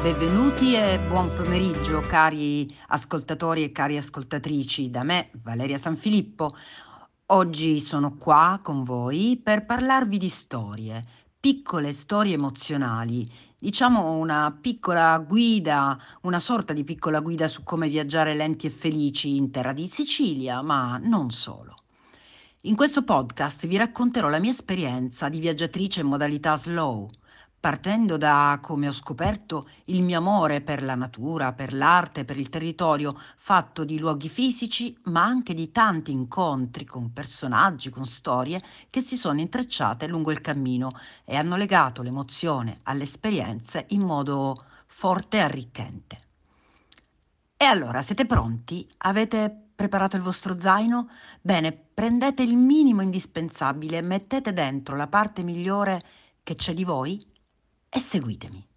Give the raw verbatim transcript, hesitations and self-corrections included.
Benvenuti e buon pomeriggio cari ascoltatori e cari ascoltatrici, da me Valeria Sanfilippo. Oggi sono qua con voi per parlarvi di storie, piccole storie emozionali, diciamo una piccola guida, una sorta di piccola guida su come viaggiare lenti e felici in terra di Sicilia, ma non solo. In questo podcast vi racconterò la mia esperienza di viaggiatrice in modalità slow, partendo da come ho scoperto il mio amore per la natura, per l'arte, per il territorio, fatto di luoghi fisici, ma anche di tanti incontri con personaggi, con storie che si sono intrecciate lungo il cammino e hanno legato l'emozione alle esperienze in modo forte e arricchente. E allora, siete pronti? Avete preparato il vostro zaino? Bene, prendete il minimo indispensabile, mettete dentro la parte migliore che c'è di voi e seguitemi.